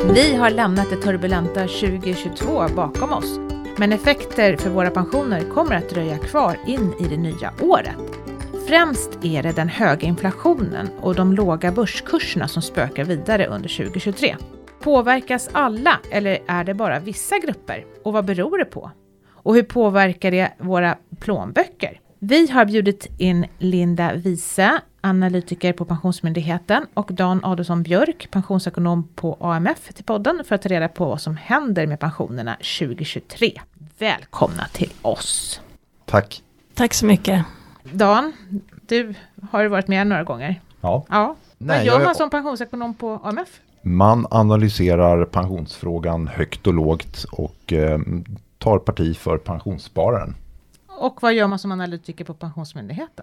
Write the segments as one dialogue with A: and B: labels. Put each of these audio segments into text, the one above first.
A: Vi har lämnat det turbulenta 2022 bakom oss, men effekter för våra pensioner kommer att dröja kvar in i det nya året. Främst är det den höga inflationen och de låga börskurserna som spökar vidare under 2023. Påverkas alla eller är det bara vissa grupper? Och vad beror det på? Och hur påverkar det våra plånböcker? Vi har bjudit in Linda Wiese, analytiker på Pensionsmyndigheten, och Dan Adolfsson Björk, pensionsekonom på AMF, till podden för att ta reda på vad som händer med pensionerna 2023. Välkomna till oss.
B: Tack.
C: Tack så mycket.
A: Dan, du har varit med några gånger.
B: Ja.
A: Vad gör man som pensionsekonom på AMF?
B: Man analyserar pensionsfrågan högt och lågt och tar parti för pensionsspararen.
A: Och vad gör man som analytiker på Pensionsmyndigheten?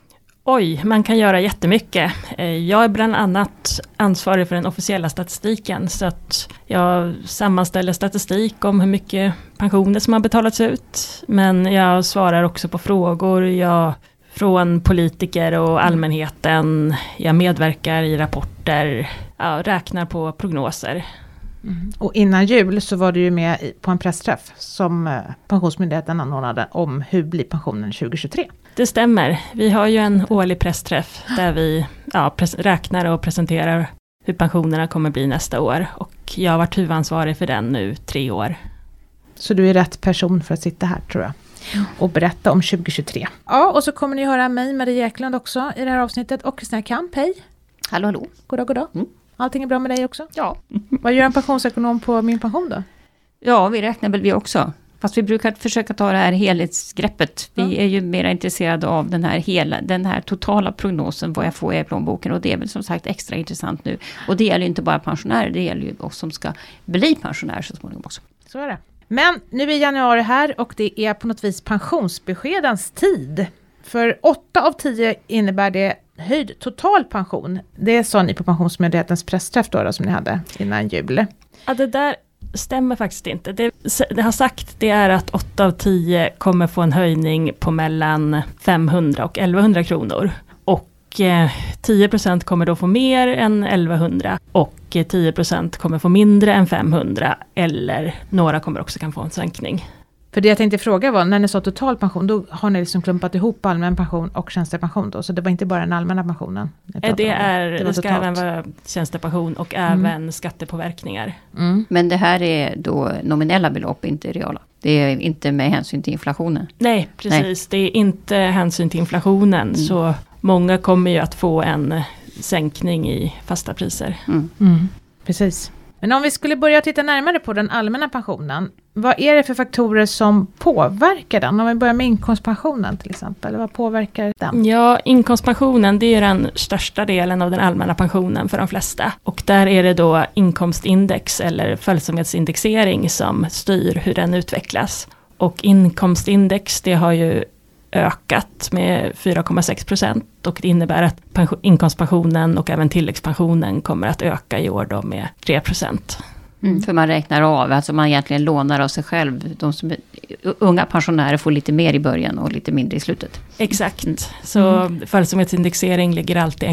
C: Oj, man kan göra jättemycket. Jag är bland annat ansvarig för den officiella statistiken, så att jag sammanställer statistik om hur mycket pensioner som har betalats ut. Men jag svarar också på frågor från politiker och allmänheten. Jag medverkar i rapporter, räknar på prognoser.
A: Mm. Och innan jul så var du ju med på en pressträff som Pensionsmyndigheten anordnade om hur blir pensionen 2023.
C: Det stämmer. Vi har ju en årlig pressträff där vi räknar och presenterar hur pensionerna kommer bli nästa år. Och jag har varit huvudansvarig för den nu 3 år.
A: Så du är rätt person för att sitta här, tror jag, och berätta om 2023. Ja, och så kommer ni höra mig, Marie Eklund, också i det här avsnittet, och Kristina Kamp. Hej!
D: Hallå.
A: Goddag. Allting är bra med dig också?
D: Ja.
A: Vad gör en pensionsekonom på Min Pension då?
D: Ja, vi räknar väl vi också. Fast vi brukar försöka ta det här helhetsgreppet. Vi är ju mer intresserade av den här totala prognosen, vad jag får i plånboken. Och det är väl som sagt extra intressant nu. Och det gäller ju inte bara pensionärer, det gäller ju oss som ska bli pensionärer så småningom också.
A: Så är det. Men nu är januari här och det är på något vis pensionsbeskedens tid. För 8 av 10 innebär det höjd total pension. Det sa ni på Pensionsmyndighetens pressträff då som ni hade innan jul.
C: Ja, det där stämmer faktiskt inte. Det har sagt det är att 8 av 10 kommer få en höjning på mellan 500 och 1100 kronor. Och 10% kommer då få mer än 1100 och 10% kommer få mindre än 500, eller några kommer också kan få en sänkning.
A: För det jag tänkte fråga var, när ni sa total pension, då har ni liksom klumpat ihop allmän pension och tjänstepension då? Så det var inte bara den allmänna pensionen?
C: Det ska även vara tjänstepension och även skattepåverkningar.
D: Mm. Men det här är då nominella belopp, inte reala. Det är inte med hänsyn till inflationen.
C: Nej, precis. Nej. Det är inte hänsyn till inflationen. Så många kommer ju att få en sänkning i fasta priser.
A: Precis. Men om vi skulle börja titta närmare på den allmänna pensionen, vad är det för faktorer som påverkar den? Om vi börjar med inkomstpensionen till exempel, vad påverkar den?
C: Ja, inkomstpensionen, det är den största delen av den allmänna pensionen för de flesta. Och där är det då inkomstindex eller följsamhetsindexering som styr hur den utvecklas. Och inkomstindex, det har ju ökat med 4,6% och det innebär att inkomstpensionen och även tilläggspensionen kommer att öka i år då med 3%.
D: För man räknar av, alltså man egentligen lånar av sig själv. De som är, unga pensionärer får lite mer i början och lite mindre i slutet.
C: Exakt, så följsamhetsindexering ligger alltid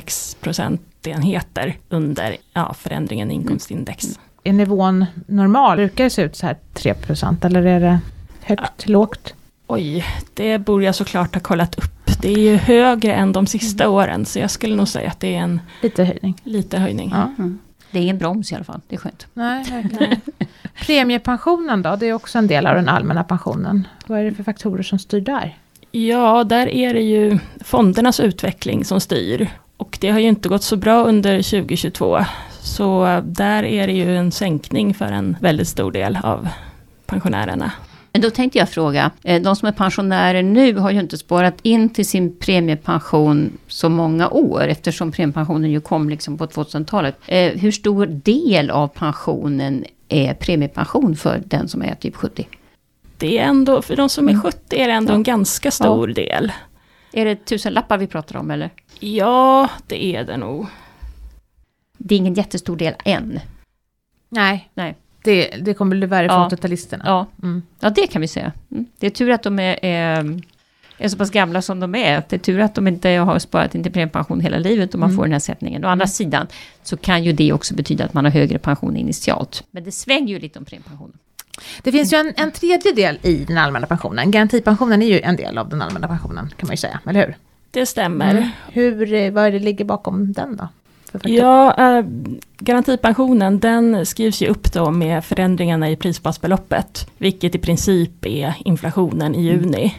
C: 1,6% under förändringen i inkomstindex.
A: Är nivån normal? Brukar det se ut så här 3% eller är det högt, lågt?
C: Oj, det borde jag såklart ha kollat upp. Det är ju högre än de sista åren, så jag skulle nog säga att det är en lite höjning.
A: Ja.
D: Det är ingen broms i alla fall, det är skönt.
A: Nej, verkligen. Premiepensionen då, det är också en del av den allmänna pensionen. Vad är det för faktorer som styr där?
C: Ja, där är det ju fondernas utveckling som styr. Och det har ju inte gått så bra under 2022. Så där är det ju en sänkning för en väldigt stor del av pensionärerna.
D: Men då tänkte jag fråga, de som är pensionärer nu har ju inte sparat in till sin premiepension så många år, eftersom premiepensionen ju kom liksom på 2000-talet. Hur stor del av pensionen är premiepension för den som är typ 70?
C: Det är ändå, för de som är 70 är det ändå en ganska stor del.
D: Är det 1000-lappar vi pratar om eller?
C: Ja, det är det nog.
D: Det är ingen jättestor del än.
A: Nej. Det kommer bli värre för 80-talisterna.
D: Ja, det kan vi säga. Det är tur att de är är så pass gamla som de är. Det är tur att de inte har sparat in till premiepension hela livet om man får den här sättningen. Å andra sidan så kan ju det också betyda att man har högre pension initialt. Men det svänger ju lite om premiepensionen.
A: Det finns ju en tredje del i den allmänna pensionen. Garantipensionen är ju en del av den allmänna pensionen, kan man ju säga, eller hur?
C: Det stämmer.
A: Vad är det ligger bakom den då?
C: Ja, garantipensionen den skrivs ju upp då med förändringarna i prisbasbeloppet, vilket i princip är inflationen i juni.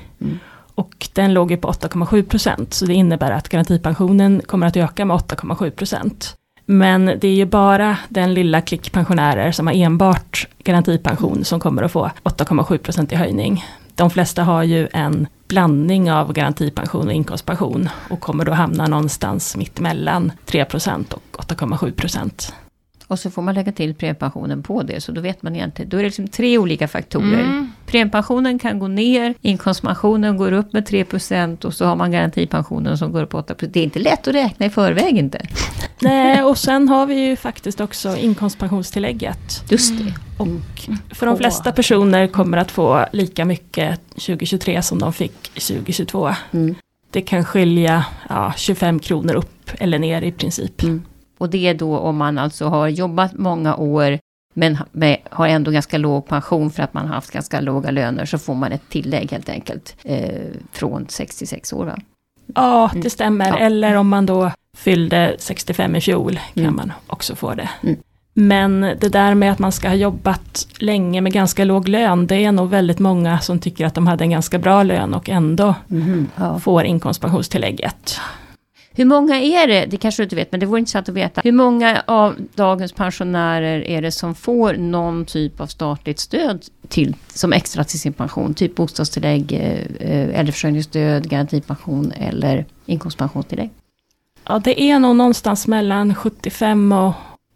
C: Och den låg ju på 8,7%, så det innebär att garantipensionen kommer att öka med 8,7%. Men det är ju bara den lilla klick pensionärer som har enbart garantipension som kommer att få 8,7% i höjning. De flesta har ju en blandning av garantipension och inkomstpension och kommer då hamna någonstans mitt mellan 3% och 8,7%.
D: Och så får man lägga till premiepensionen på det, så då vet man egentligen, då är det liksom 3 olika faktorer. Premiepensionen kan gå ner, inkomstpensionen går upp med 3% och så har man garantipensionen som går upp 8%. Det är inte lätt att räkna i förväg inte.
C: Nej, och sen har vi ju faktiskt också inkomstpensionstillägget.
D: Just det.
C: Och för de flesta personer kommer att få lika mycket 2023 som de fick 2022. Det kan skilja 25 kronor upp eller ner i princip. Och det är då om man alltså har jobbat många år men har ändå ganska låg pension för att man har haft ganska låga löner, så får man ett tillägg helt enkelt från 66 år, va? Ja, det stämmer. Ja. Eller om man då fyllde 65 i fjol kan man också få det. Men det där med att man ska ha jobbat länge med ganska låg lön, det är nog väldigt många som tycker att de hade en ganska bra lön och ändå får inkomstpensionstillägget. Hur många är det? Det kanske du inte vet, men det vore intressant att veta. Hur många av dagens pensionärer är det som får någon typ av statligt stöd som extra till sin pension? Typ bostadstillägg, äldreförsörjningsstöd, garantipension eller inkomstpensionstillägg? Ja, det är nog någonstans mellan 75 och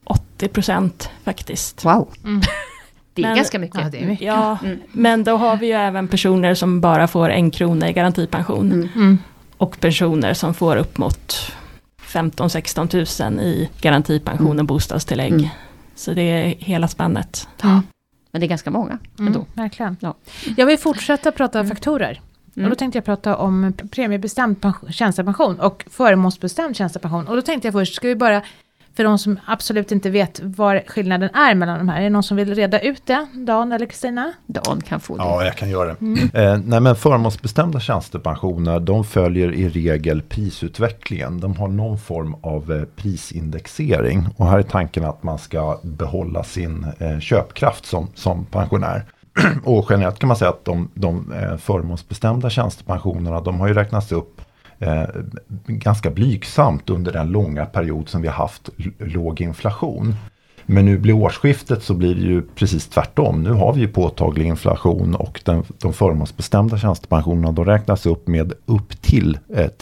C: 80% faktiskt. Wow! Det är ganska mycket. Ja, det är mycket. Ja, men då har vi ju även personer som bara får 1 krona i garantipension. Och personer som får upp mot 15-16 000 i garantipension och bostadstillägg. Så det är hela spannet. Ja. Men det är ganska många ändå.
A: Verkligen. Ja. Jag vill fortsätta prata faktorer. Och då tänkte jag prata om premiebestämd tjänstepension och förmånsbestämd tjänstepension. Och då tänkte jag först, ska vi bara, för de som absolut inte vet vad skillnaden är mellan de här, är det någon som vill reda ut det? Dan eller Kristina?
D: Dan kan få det.
B: Ja, jag kan göra det. Nej, men förmånsbestämda tjänstepensioner, de följer i regel prisutvecklingen. De har någon form av prisindexering. Och här är tanken att man ska behålla sin köpkraft som pensionär. Och generellt kan man säga att de förmånsbestämda tjänstepensionerna, de har ju räknats upp ganska blygsamt under den långa period som vi har haft låg inflation. Men nu blir årsskiftet så blir det ju precis tvärtom. Nu har vi ju påtaglig inflation och de förmånsbestämda tjänstepensionerna, de räknas upp med upp till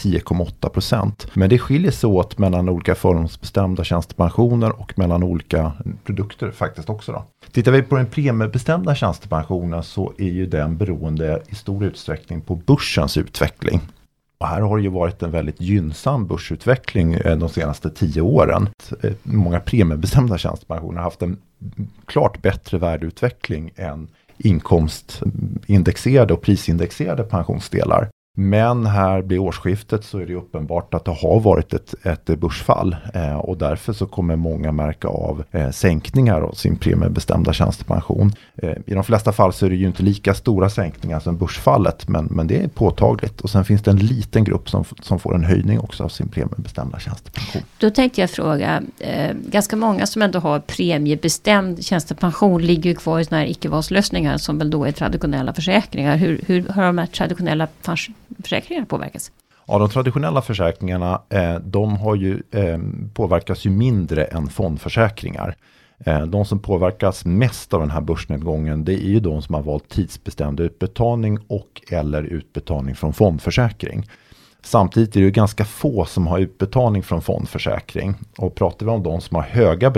B: 10,8%. Men det skiljer sig åt mellan olika förmånsbestämda tjänstepensioner och mellan olika produkter faktiskt också då. Tittar vi på den premiebestämda tjänstepensionen så är ju den beroende i stor utsträckning på börsens utveckling. Och här har det ju varit en väldigt gynnsam börsutveckling de senaste 10 åren. Många premiebestämda tjänstepensioner har haft en klart bättre värdeutveckling än inkomstindexerade och prisindexerade pensionsdelar. Men här blir årsskiftet så är det uppenbart att det har varit ett börsfall och därför så kommer många märka av sänkningar av sin premiebestämda tjänstepension. I de flesta fall så är det ju inte lika stora sänkningar som börsfallet, men det är påtagligt. Och sen finns det en liten grupp som får en höjning också av sin premiebestämda tjänstepension.
D: Då tänkte jag fråga, ganska många som ändå har premiebestämd tjänstepension ligger ju kvar i såna här icke-valslösningar som väl då är traditionella försäkringar. Hur har de här traditionella försäkringar påverkas?
B: Ja, de traditionella försäkringarna de har ju, påverkas ju mindre än fondförsäkringar. De som påverkas mest av den här börsnedgången, det är ju de som har valt tidsbestämd utbetalning och eller utbetalning från fondförsäkring. Samtidigt är det ju ganska få som har utbetalning från fondförsäkring. Och pratar vi om de som har höga belopp,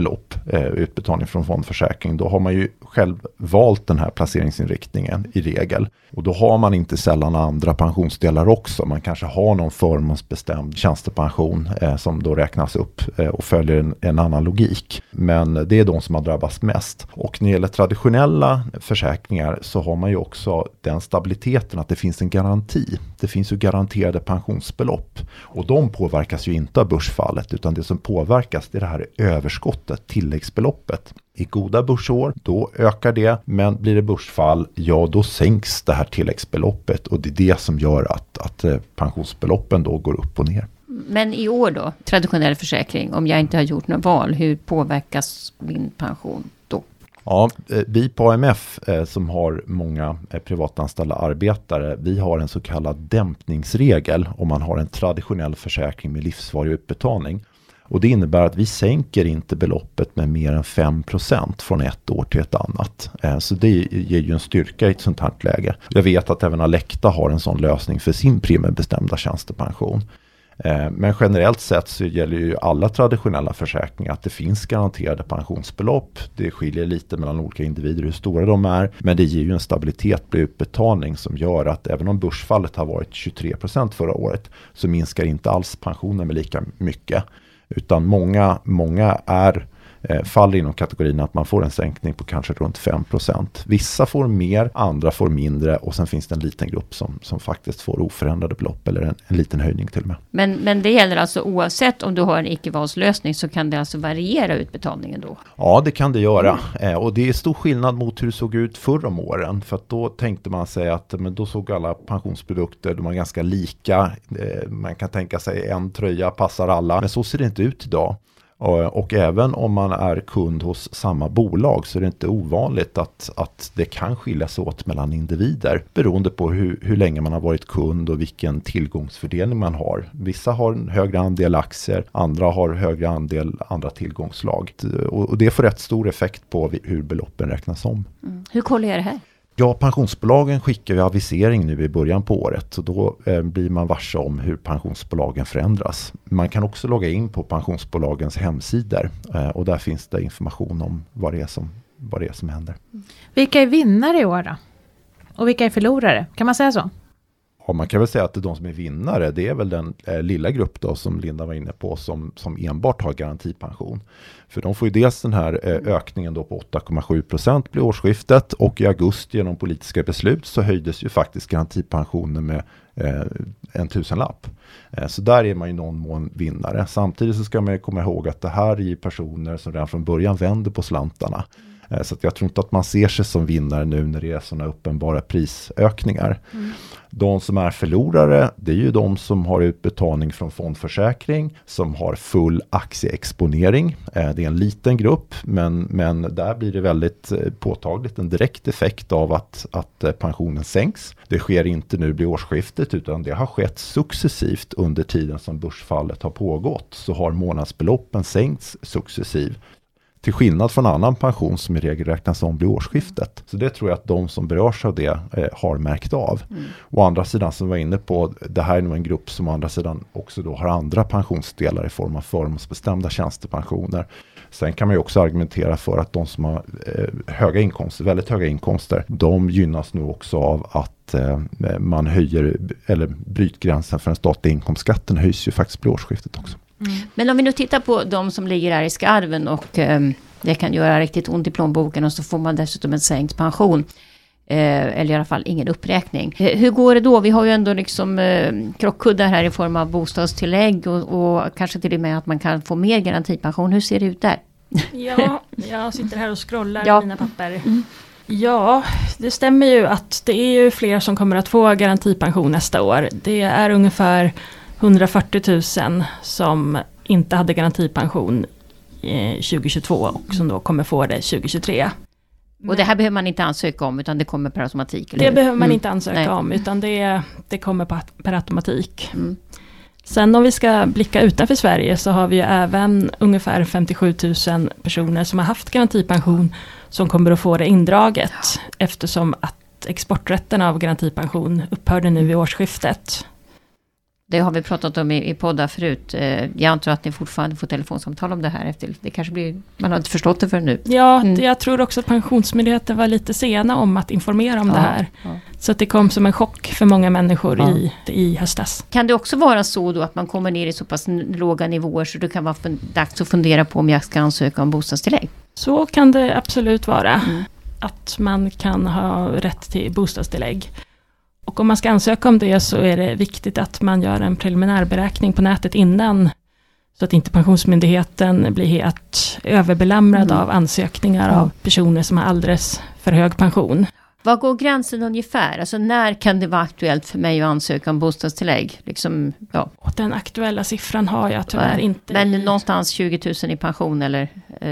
B: utbetalning från fondförsäkring, då har man ju själv valt den här placeringsinriktningen i regel. Och då har man inte sällan andra pensionsdelar också. Man kanske har någon förmånsbestämd tjänstepension som då räknas upp och följer en annan logik. Men det är de som har drabbats mest. Och när det gäller traditionella försäkringar så har man ju också den stabiliteten att det finns en garanti. Det finns ju garanterade pensionsbelopp. Och de påverkas ju inte av börsfallet, utan det som påverkas är det här överskottet, tilläggsbeloppet. I goda börsår, då ökar det, men blir det börsfall, ja då sänks det här tilläggsbeloppet och det är det som gör att pensionsbeloppen då går upp och ner.
D: Men i år då, traditionell försäkring, om jag inte har gjort något val, hur påverkas min pension då?
B: Ja, vi på AMF som har många privatanställda arbetare, vi har en så kallad dämpningsregel om man har en traditionell försäkring med livsvarig utbetalning. Och det innebär att vi sänker inte beloppet med mer än 5% från ett år till ett annat. Så det ger ju en styrka i ett sånt här läge. Jag vet att även Alecta har en sån lösning för sin premiebestämda tjänstepension. Men generellt sett så gäller ju alla traditionella försäkringar att det finns garanterade pensionsbelopp. Det skiljer lite mellan olika individer hur stora de är. Men det ger ju en stabilitet på utbetalning som gör att även om börsfallet har varit 23% förra året så minskar inte alls pensionen med lika mycket. Utan många faller inom kategorin att man får en sänkning på kanske runt 5%. Vissa får mer, andra får mindre och sen finns det en liten grupp som faktiskt får oförändrade belopp eller en liten höjning till och med.
D: Men det gäller alltså oavsett om du har en icke-valslösning så kan det alltså variera utbetalningen då?
B: Ja, det kan det göra. Och det är stor skillnad mot hur det såg ut förr om åren. För att då tänkte man sig att men då såg alla pensionsprodukter, de var ganska lika. Man kan tänka sig en tröja passar alla. Men så ser det inte ut idag. Och även om man är kund hos samma bolag så är det inte ovanligt att det kan skiljas åt mellan individer beroende på hur länge man har varit kund och vilken tillgångsfördelning man har. Vissa har en högre andel aktier, andra har högre andel andra tillgångslag. Och det får rätt stor effekt på hur beloppen räknas om.
D: Hur kollar jag det här?
B: Ja, pensionsbolagen skickar ju avisering nu i början på året så då blir man varse om hur pensionsbolagen förändras. Man kan också logga in på pensionsbolagens hemsidor och där finns det information om vad det är som händer.
A: Vilka är vinnare i år då? Och vilka är förlorare? Kan man säga så?
B: Ja, man kan väl säga att de som är vinnare, det är väl den lilla grupp då som Linda var inne på som enbart har garantipension. För de får ju dels den här ökningen då på 8,7% vid årsskiftet och i augusti genom politiska beslut så höjdes ju faktiskt garantipensionen med en tusenlapp. Så där är man ju någon mån vinnare. Samtidigt så ska man ju komma ihåg att det här är ju personer som redan från början vänder på slantarna. Så att jag tror inte att man ser sig som vinnare nu när det är sådana uppenbara prisökningar. De som är förlorare, det är ju de som har utbetalning från fondförsäkring, som har full aktieexponering. Det är en liten grupp, men där blir det väldigt påtagligt en direkt effekt av att pensionen sänks. Det sker inte nu vid årsskiftet utan det har skett successivt under tiden som börsfallet har pågått. Så har månadsbeloppen sänkts successivt. Till skillnad från annan pension som i regel räknas om vid årsskiftet. Så det tror jag att de som berörs av det har märkt av. Å andra sidan som var inne på, det här är nog en grupp som å andra sidan också då har andra pensionsdelar i form av förmånsbestämda tjänstepensioner. Sen kan man ju också argumentera för att de som har höga inkomster, väldigt höga inkomster, de gynnas nu också av att man höjer, eller brytgränsen för den statliga inkomstskatten höjs ju faktiskt vid årsskiftet också.
D: Men om vi nu tittar på de som ligger här i skarven och det kan göra riktigt ont i plånboken och så får man dessutom en sänkt pension. Eller i alla fall ingen uppräkning. Hur går det då? Vi har ju ändå liksom krockkuddar här i form av bostadstillägg och kanske till och med att man kan få mer garantipension. Hur ser det ut där?
C: Ja, jag sitter här och scrollar i mina papper. Ja, det stämmer ju att det är ju fler som kommer att få garantipension nästa år. Det är ungefär 140 000 som inte hade garantipension 2022 och som då kommer få det 2023.
D: Och det här behöver man inte ansöka om utan det kommer per automatik? Eller
C: det behöver man inte ansöka om utan det kommer per automatik. Sen om vi ska blicka utanför Sverige så har vi ju även ungefär 57 000 personer som har haft garantipension som kommer att få det indraget eftersom att exporträtten av garantipension upphörde nu vid årsskiftet.
D: Det har vi pratat om i poddar förut. Jag antar att ni fortfarande får telefonsamtal om det här. Det kanske blir, man har inte förstått det för nu.
C: Ja, jag tror också att Pensionsmyndigheten var lite sena om att informera om det här. Ja. Så att det kom som en chock för många människor i höstas.
D: Kan det också vara så då att man kommer ner i så pass låga nivåer så det kan vara dags att fundera på om jag ska ansöka om bostadstillägg?
C: Så kan det absolut vara. Att man kan ha rätt till bostadstillägg. Och om man ska ansöka om det så är det viktigt att man gör en preliminärberäkning på nätet innan. Så att inte Pensionsmyndigheten blir helt överbelamrad av ansökningar av personer som har alldeles för hög pension.
D: Vad går gränsen ungefär? Alltså när kan det vara aktuellt för mig att ansöka om bostadstillägg? Liksom, ja.
C: Och den aktuella siffran har jag tyvärr inte.
D: Men någonstans 20 000 i pension eller,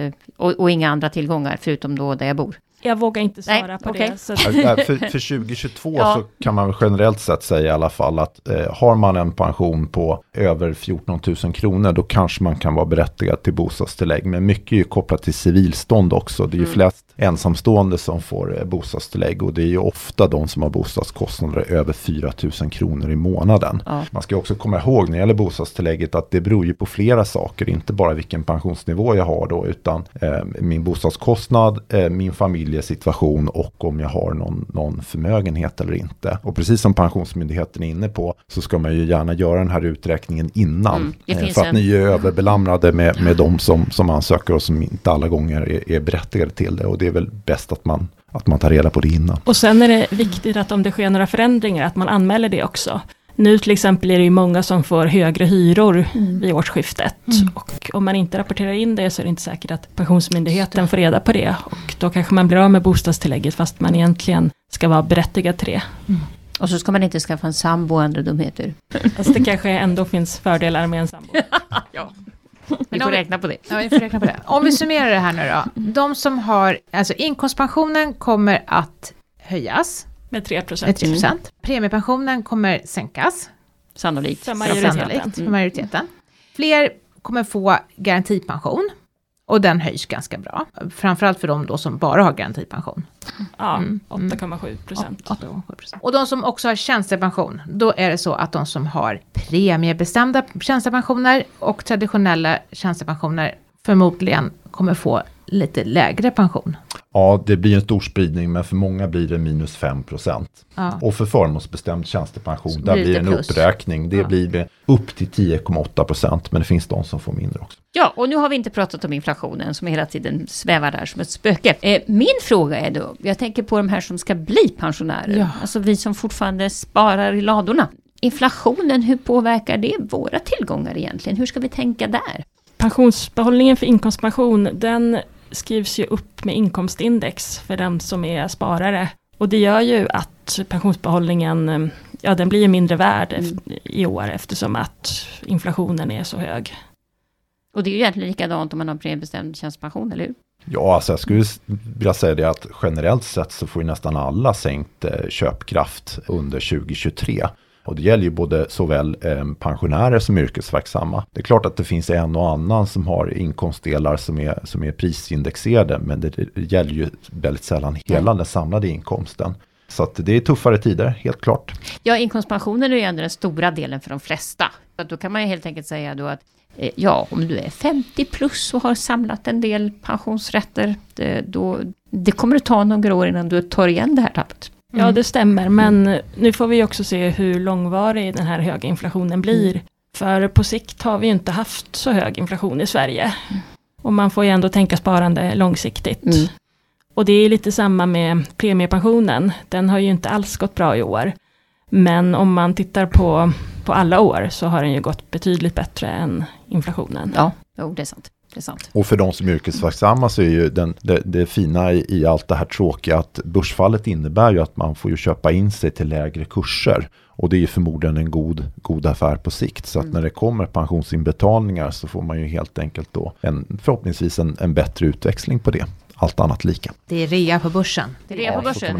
D: och inga andra tillgångar förutom då där jag bor.
C: Jag vågar inte svara på det. Så.
B: För 2022 så kan man generellt sett säga i alla fall att har man en pension på över 14 000 kronor då kanske man kan vara berättigad till bostadstillägg. Men mycket är ju kopplat till civilstånd också. Det är ju flest ensamstående som får bostadstillägg och det är ju ofta de som har bostadskostnader över 4 000 kronor i månaden. Ja. Man ska också komma ihåg när det gäller bostadstillägget att det beror ju på flera saker. Inte bara vilken pensionsnivå jag har då utan min bostadskostnad, min familjesituation och om jag har någon förmögenhet eller inte. Och precis som Pensionsmyndigheten är inne på så ska man ju gärna göra den här uträkningen innan. För att ni är överbelamrade med de som ansöker och som inte alla gånger är berättigade till det. Och det är väl bäst att man tar reda på det innan.
C: Och sen är det viktigt att om det sker några förändringar att man anmäler det också. Nu till exempel är det ju många som får högre hyror vid årsskiftet. Och om man inte rapporterar in det så är det inte säkert att Pensionsmyndigheten får reda på det. Och då kanske man blir av med bostadstillägget fast man egentligen ska vara berättigad till det.
D: Och så ska man inte skaffa en sambo och andra dumheter.
C: Alltså det kanske ändå finns fördelar med en sambo.
D: Ja. Vi får räkna på det.
A: Ja, vi får räkna på det. Om vi summerar det här nu då. De som har, alltså inkomstpensionen kommer att höjas.
C: Med 3%.
A: Med 3%. Premiepensionen kommer sänkas.
D: Sannolikt.
A: För majoriteten. Fler kommer få garantipension. Och den höjs ganska bra. Framförallt för de då som bara har garantipension.
C: Ja, 8,7%.
A: Och de som också har tjänstepension. Då är det så att de som har premiebestämda tjänstepensioner och traditionella tjänstepensioner förmodligen kommer få lite lägre pension.
B: Ja, det blir en stor spridning men för många blir det minus 5%. Ja. Och för förmånsbestämd tjänstepension, där blir en uppräkning. Det blir upp till 10,8% men det finns de som får mindre också.
D: Ja, och nu har vi inte pratat om inflationen som hela tiden svävar där som ett spöke. Min fråga är då, jag tänker på de här som ska bli pensionärer. Ja. Alltså vi som fortfarande sparar i ladorna. Inflationen, hur påverkar det våra tillgångar egentligen? Hur ska vi tänka där?
C: Pensionsbehållningen för inkomstpension, den skrivs ju upp med inkomstindex för den som är sparare. Och det gör ju att pensionsbehållningen, den blir mindre värd i år eftersom att inflationen är så hög.
D: Och det är ju egentligen likadant om man har premiebestämd tjänstepension, eller hur?
B: Ja, alltså jag skulle vilja säga det att generellt sett så får ju nästan alla sänkt köpkraft under 2023. Och det gäller ju både såväl pensionärer som yrkesverksamma. Det är klart att det finns en och annan som har inkomstdelar som är prisindexerade. Men det gäller ju väldigt sällan hela den samlade inkomsten. Så att det är tuffare tider, helt klart.
D: Ja, inkomstpensionen är ju ändå den stora delen för de flesta. Så då kan man ju helt enkelt säga då att om du är 50 plus och har samlat en del pensionsrätter. Det kommer att ta några år innan du tar igen det här tappet.
C: Ja, det stämmer. Men nu får vi också se hur långvarig den här höga inflationen blir. För på sikt har vi ju inte haft så hög inflation i Sverige. Och man får ju ändå tänka sparande långsiktigt. Och det är lite samma med premiepensionen. Den har ju inte alls gått bra i år. Men om man tittar på alla år så har den ju gått betydligt bättre än inflationen.
D: Ja, det är sant.
B: Och för de som är yrkesverksamma så är ju det fina i allt det här tråkiga att börsfallet innebär ju att man får ju köpa in sig till lägre kurser. Och det är ju förmodligen en god affär på sikt. Så att när det kommer pensionsinbetalningar så får man ju helt enkelt då förhoppningsvis en bättre utväxling på det. Allt annat lika.
A: Det är rea på börsen.
D: Nej,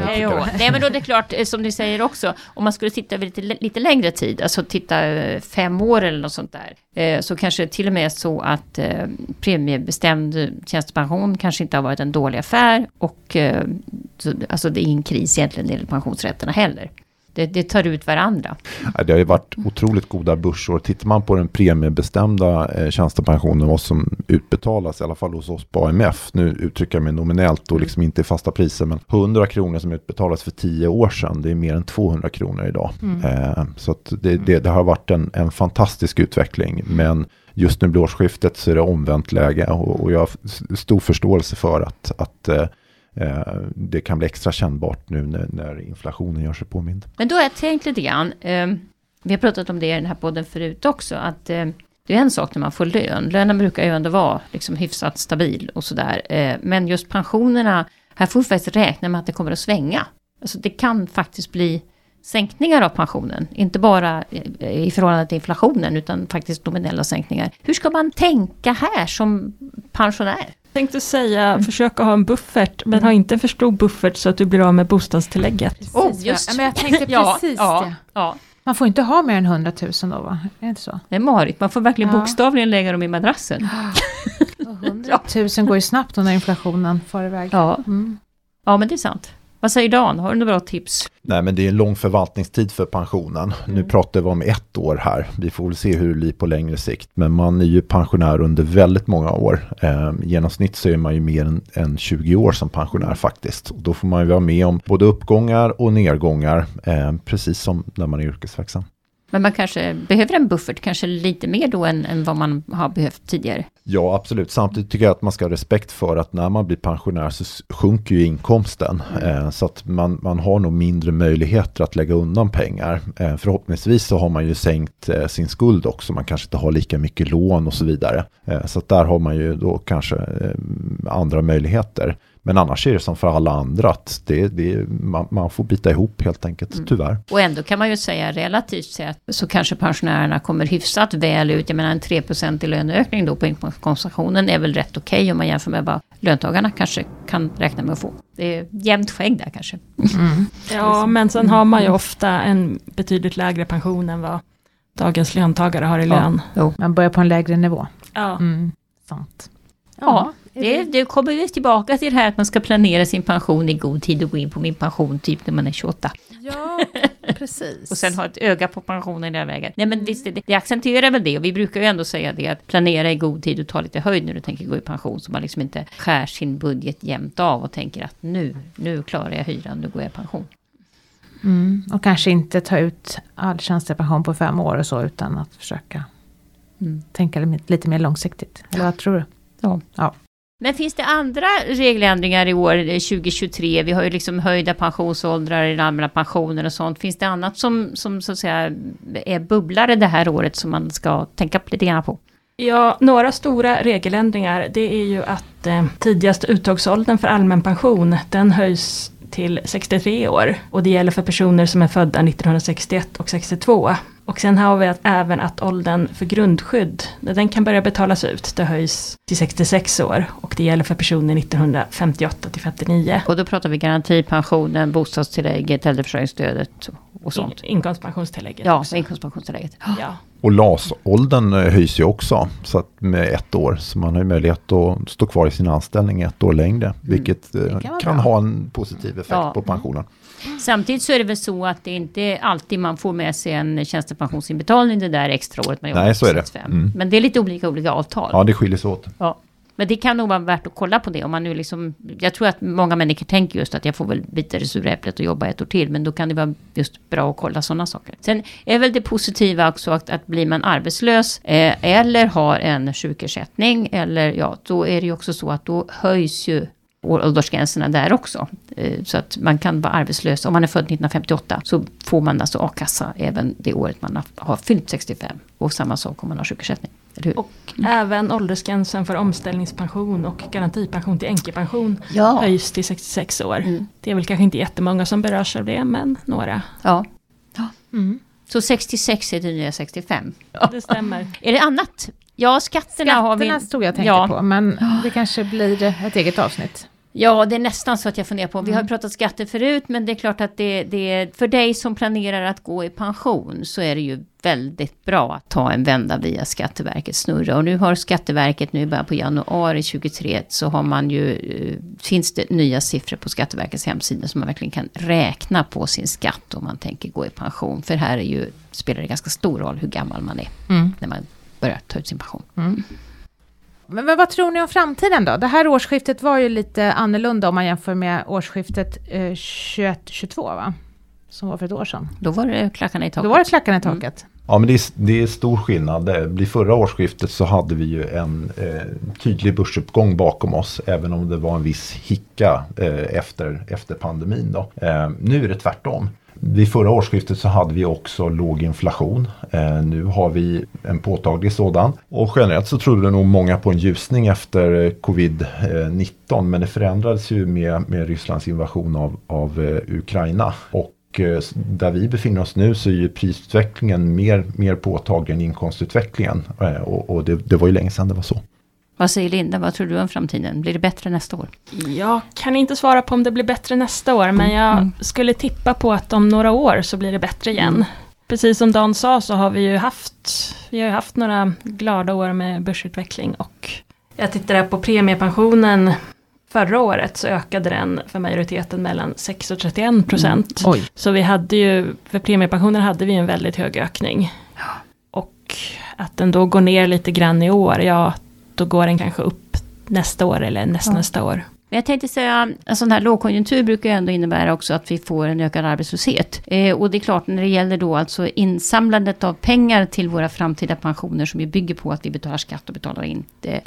D: men då är det klart, som ni säger också, om man skulle titta över lite längre tid, alltså titta 5 år eller något sånt där, så kanske till och med så att premiebestämd tjänstepension kanske inte har varit en dålig affär och alltså det är ingen kris egentligen när det gäller pensionsrätterna heller. Det tar ut varandra.
B: Det har ju varit otroligt goda börsår. Tittar man på den premiebestämda tjänstepensionen, vad som utbetalas, i alla fall hos oss på AMF, nu uttrycker jag mig nominellt och liksom inte i fasta priser, men 100 kronor som utbetalas för 10 år sedan, det är mer än 200 kronor idag. Så att det har varit en fantastisk utveckling, men just nu vid årsskiftet så är det omvänt läge och jag har stor förståelse för att det kan bli extra kännbart nu när inflationen gör sig påmind.
D: Men då har jag tänkt lite grann, vi har pratat om det i den här podden förut också, att det är en sak när man får lön. Lönen brukar ju ändå vara liksom hyfsat stabil och sådär. Men just pensionerna, här får vi faktiskt räkna med att det kommer att svänga. Alltså det kan faktiskt bli sänkningar av pensionen. Inte bara i förhållande till inflationen utan faktiskt nominella sänkningar. Hur ska man tänka här som pensionär?
C: Jag tänkte säga, försöka ha en buffert, men ha inte en för stor buffert så att du blir av med bostadstillägget.
A: Just. Men jag tänkte precis det.
D: Ja.
A: Man får inte ha mer än 100 000 då, va? Är det inte så?
D: Det är marigt. Man får verkligen bokstavligen lägga dem i madrassen.
A: 100 000 går ju snabbt när inflationen far iväg.
D: Ja. Ja, men det är sant. Vad säger Dan? Har du några bra tips?
B: Nej, men det är en lång förvaltningstid för pensionen. Nu pratar vi om 1 år här. Vi får väl se hur det blir på längre sikt. Men man är ju pensionär under väldigt många år. I genomsnitt så är man ju mer än 20 år som pensionär faktiskt. Och då får man ju vara med om både uppgångar och nedgångar. Precis som när man är yrkesverksam.
D: Men man kanske behöver en buffert, kanske lite mer då än vad man har behövt tidigare.
B: Ja, absolut. Samtidigt tycker jag att man ska ha respekt för att när man blir pensionär så sjunker ju inkomsten. Så att man har nog mindre möjligheter att lägga undan pengar. Förhoppningsvis så har man ju sänkt sin skuld också. Man kanske inte har lika mycket lån och så vidare. Så att där har man ju då kanske andra möjligheter. Men annars är det som för alla andra att man får bita ihop helt enkelt, tyvärr.
D: Och ändå kan man ju säga relativt sett så kanske pensionärerna kommer hyfsat väl ut. Jag menar en 3% i löneökning då på inkomstkompensationen är väl rätt okej om man jämför med vad löntagarna kanske kan räkna med att få. Det är jämnt skägg där kanske.
C: Ja, men sen har man ju ofta en betydligt lägre pension än vad dagens löntagare har i lön.
D: Ja.
A: Man börjar på en lägre nivå.
C: Ja.
A: Sant.
D: Ja, det kommer ju tillbaka till det här att man ska planera sin pension i god tid och gå in på min pension typ när man är 28.
A: Ja, precis.
D: Och sen ha ett öga på pensionen i den vägen. Nej, men visst, det accentuerar väl det. Och vi brukar ju ändå säga det att planera i god tid och ta lite höjd när du tänker gå i pension. Så man liksom inte skär sin budget jämnt av och tänker att nu klarar jag hyran, nu går jag i pension.
A: Och kanske inte ta ut all tjänstepension på 5 år och så utan att försöka tänka lite mer långsiktigt. Eller vad tror du? Ja.
D: Men finns det andra regeländringar i år 2023? Vi har ju liksom höjda pensionsåldrar i den allmänna pensionen och sånt. Finns det annat som så att säga är bubblare det här året som man ska tänka lite grann på?
C: Ja, några stora regeländringar det är ju att tidigaste uttagsåldern för allmän pension den höjs till 63 år. Och det gäller för personer som är födda 1961 och 62. Och sen har vi även att åldern för grundskydd, när den kan börja betalas ut, det höjs till 66 år. Och det gäller för personer 1958 till 59.
D: Och då pratar vi garantipensionen, bostadstillägget, äldreförsörjningsstödet och sånt.
C: Inkomstpensionstillägget.
D: Ja,
C: också.
D: Inkomstpensionstillägget.
C: Ja.
B: Och LAS-åldern höjs ju också så att med 1 år. Så man har ju möjlighet att stå kvar i sin anställning 1 år längre. Vilket kan ha en positiv effekt på pensionen.
D: Samtidigt så är det väl så att det inte alltid man får med sig en tjänstepensionsinbetalning det där extra året man jobbar.
B: Nej, så är det.
D: Men det är lite olika avtal.
B: Ja, det skiljer sig åt.
D: Ja. Men det kan nog vara värt att kolla på det. Om man nu liksom, jag tror att många människor tänker just att jag får väl bita det sura äpplet och jobba 1 år till. Men då kan det vara just bra att kolla sådana saker. Sen är väl det positiva också att blir man arbetslös eller har en sjukersättning. Eller då är det ju också så att då höjs ju åldersgränserna där också. Så att man kan vara arbetslös. Om man är född 1958 så får man alltså a-kassa även det året man har fyllt 65. Och samma sak om man har sjukersättning. Eller hur?
C: Och även åldersgränsen för omställningspension och garantipension till änkepension höjs till 66 år. Det är väl kanske inte jättemånga som berörs av det, men några.
D: Ja. Så 66 är det nya 65.
C: Ja, det stämmer.
D: Är det annat? Ja, skatterna har vi...
A: stod jag tänkte på, men det kanske blir ett eget avsnitt.
D: Ja, det är nästan så att jag funderar på. Vi har pratat skatter förut, men det är klart att det för dig som planerar att gå i pension så är det ju väldigt bra att ta en vända via Skatteverkets snurra. Och nu har Skatteverket, nu bara på januari 2023, så har man ju, finns det nya siffror på Skatteverkets hemsida som man verkligen kan räkna på sin skatt om man tänker gå i pension. För här spelar det ganska stor roll hur gammal man är när man börjar ta ut sin pension.
A: Men vad tror ni om framtiden då? Det här årsskiftet var ju lite annorlunda om man jämför med årsskiftet 21-22, va? Som var för ett år sedan.
D: Då var det klackarna i taket.
A: Då var det klackarna i taket.
B: Ja, men det är stor skillnad. Vid förra årsskiftet så hade vi ju en tydlig börsuppgång bakom oss, även om det var en viss hicka efter pandemin då. Nu är det tvärtom. Vid förra årsskiftet så hade vi också låg inflation. Nu har vi en påtaglig sådan. Och generellt så trodde nog många på en ljusning efter covid-19. Men det förändrades ju med Rysslands invasion av Ukraina. Och där vi befinner oss nu så är ju prisutvecklingen mer påtaglig än inkomstutvecklingen. Och det var ju länge sedan det var så.
D: Vad säger Linda, vad tror du om framtiden? Blir det bättre nästa år?
C: Jag kan inte svara på om det blir bättre nästa år, men jag skulle tippa på att om några år så blir det bättre igen. Precis som Dan sa så har vi ju haft några glada år med börsutveckling, och jag tittade på premiepensionen. Förra året så ökade den för majoriteten mellan 6 och 31%. Så vi hade ju, för premiepensionen hade vi en väldigt hög ökning. Och att den då går ner lite grann i år, då går den kanske upp nästa år eller nästa år.
D: Men jag tänkte säga, en sån här lågkonjunktur brukar ju ändå innebära också att vi får en ökad arbetslöshet. Och det är klart, när det gäller då alltså insamlandet av pengar till våra framtida pensioner som ju bygger på att vi betalar skatt och betalar in.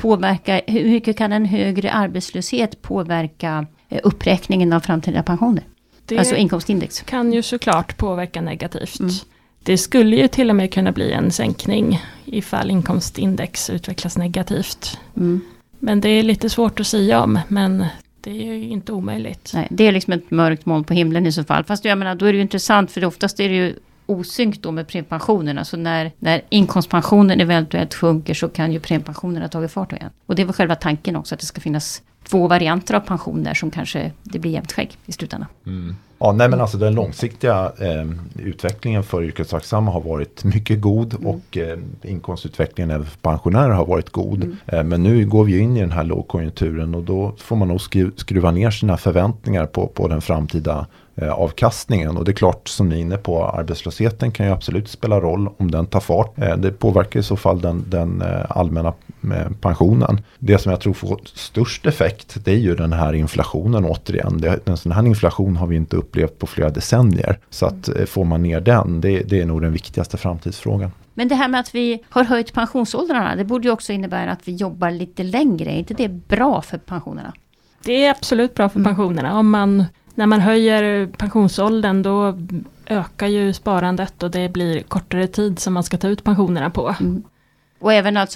D: Hur mycket kan en högre arbetslöshet påverka uppräkningen av framtida pensioner? Alltså inkomstindex.
C: Kan ju såklart påverka negativt. Det skulle ju till och med kunna bli en sänkning ifall inkomstindex utvecklas negativt. Men det är lite svårt att säga om, men det är ju inte omöjligt.
D: Nej, det är liksom ett mörkt moln på himlen i så fall. Fast jag menar, då är det ju intressant, för oftast är det ju osynkt då med premiepensionerna. Så när inkomstpensionen eventuellt sjunker så kan ju premiepensionerna ta fart igen. Och det var själva tanken också, att det ska finnas 2 varianter av pension där som kanske det blir jämnt skägg i slutändan.
B: Ja, nej, men alltså den långsiktiga utvecklingen för yrkesverksamma har varit mycket god och inkomstutvecklingen även för pensionärer har varit god. Men nu går vi in i den här lågkonjunkturen och då får man nog skruva ner sina förväntningar på den framtida avkastningen. Och det är klart, som ni är inne på, arbetslösheten kan ju absolut spela roll om den tar fart. Det påverkar i så fall den allmänna pensionen. Det som jag tror får störst effekt, det är ju den här inflationen återigen. En sån här inflation har vi inte upplevt på flera decennier. Så att får man ner den, det är nog den viktigaste framtidsfrågan.
D: Men det här med att vi har höjt pensionsåldrarna, det borde ju också innebära att vi jobbar lite längre. Är inte det bra för pensionerna?
C: Det är absolut bra för pensionerna. När man höjer pensionsåldern, då ökar ju sparandet och det blir kortare tid som man ska ta ut pensionerna på.
D: Och även alltså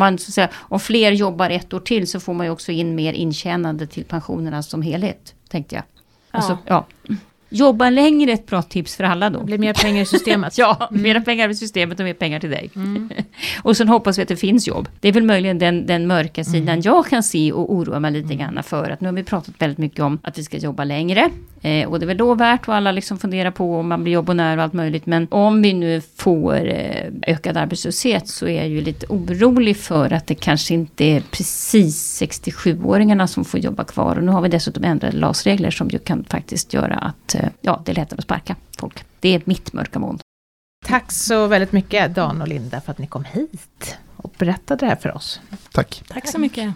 D: om fler jobbar 1 år till så får man ju också in mer intjänande till pensionerna som helhet, tänkte jag. Alltså, jobba längre är ett bra tips för alla då.
A: Det blir mer pengar i systemet.
D: Mer pengar i systemet och mer pengar till dig. Och sen hoppas vi att det finns jobb. Det är väl möjligen den mörka sidan jag kan se och oroa mig lite grann för. Att nu har vi pratat väldigt mycket om att vi ska jobba längre. Och det är väl då värt vad alla liksom funderar på om man blir jobbonär och allt möjligt. Men om vi nu får ökad arbetslöshet så är jag ju lite orolig för att det kanske inte är precis 67-åringarna som får jobba kvar. Och nu har vi dessutom ändrade LAS-regler som ju kan faktiskt göra att det är lättare att sparka folk. Det är mitt mörka moln.
A: Tack så väldigt mycket Dan och Linda för att ni kom hit och berättade det här för oss.
B: Tack.
C: Tack så mycket.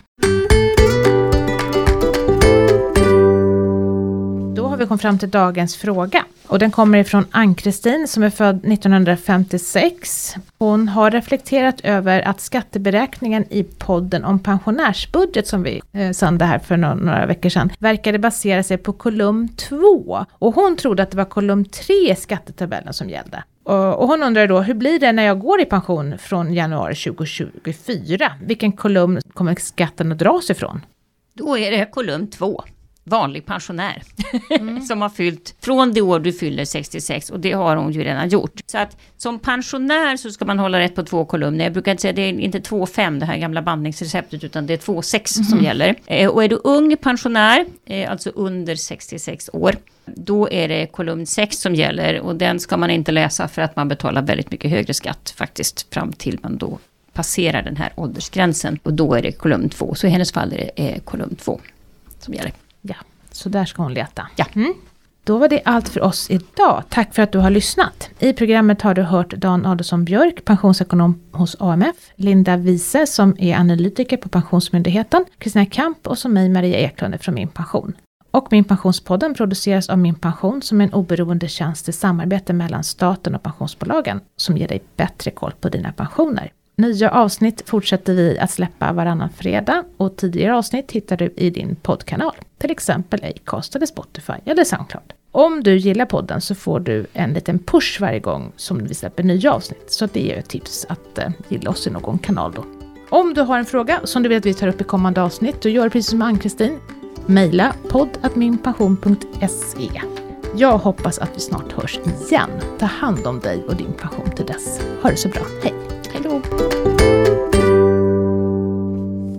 A: Då har vi kommit fram till dagens fråga. Och den kommer ifrån Ann-Kristin som är född 1956. Hon har reflekterat över att skatteberäkningen i podden om pensionärsbudget som vi sände här för några veckor sedan verkade basera sig på kolumn 2. Och hon trodde att det var kolumn 3 i skattetabellen som gällde. Och hon undrar då, hur blir det när jag går i pension från januari 2024? Vilken kolumn kommer skatten att dras ifrån?
D: Då är det kolumn 2. vanlig pensionär som har fyllt från det år du fyller 66, och det har hon ju redan gjort. Så att som pensionär så ska man hålla rätt på 2 kolumner. Jag brukar inte säga det är inte 2,5 det här gamla bandningsreceptet, utan det är 2,6 som gäller. Och är du ung pensionär, alltså under 66 år, då är det kolumn 6 som gäller, och den ska man inte läsa för att man betalar väldigt mycket högre skatt faktiskt fram till man då passerar den här åldersgränsen, och då är det kolumn 2. Så i hennes fall är det kolumn 2 som gäller.
A: Ja, så där ska hon leta.
D: Ja.
A: Då var det allt för oss idag. Tack för att du har lyssnat. I programmet har du hört Dan Adolfsson Björk, pensionsekonom hos AMF, Linda Wiese som är analytiker på Pensionsmyndigheten, Kristina Kamp och som mig, Maria Eklund från Min Pension. Och Min Pensionspodden produceras av Min Pension som är en oberoende tjänst i samarbete mellan staten och pensionsbolagen som ger dig bättre koll på dina pensioner. Nya avsnitt fortsätter vi att släppa varannan fredag, och tidigare avsnitt hittar du i din poddkanal, till exempel Acast eller Spotify eller SoundCloud. Om du gillar podden så får du en liten push varje gång som vi släpper nya avsnitt, så det är ett tips att gilla oss i någon kanal då. Om du har en fråga som du vill att vi tar upp i kommande avsnitt, då gör precis som Ann-Kristin. Maila podd@minpension.se. Jag hoppas att vi snart hörs igen. Ta hand om dig och din pension till dess. Ha det så bra. Hej!
D: Hej då!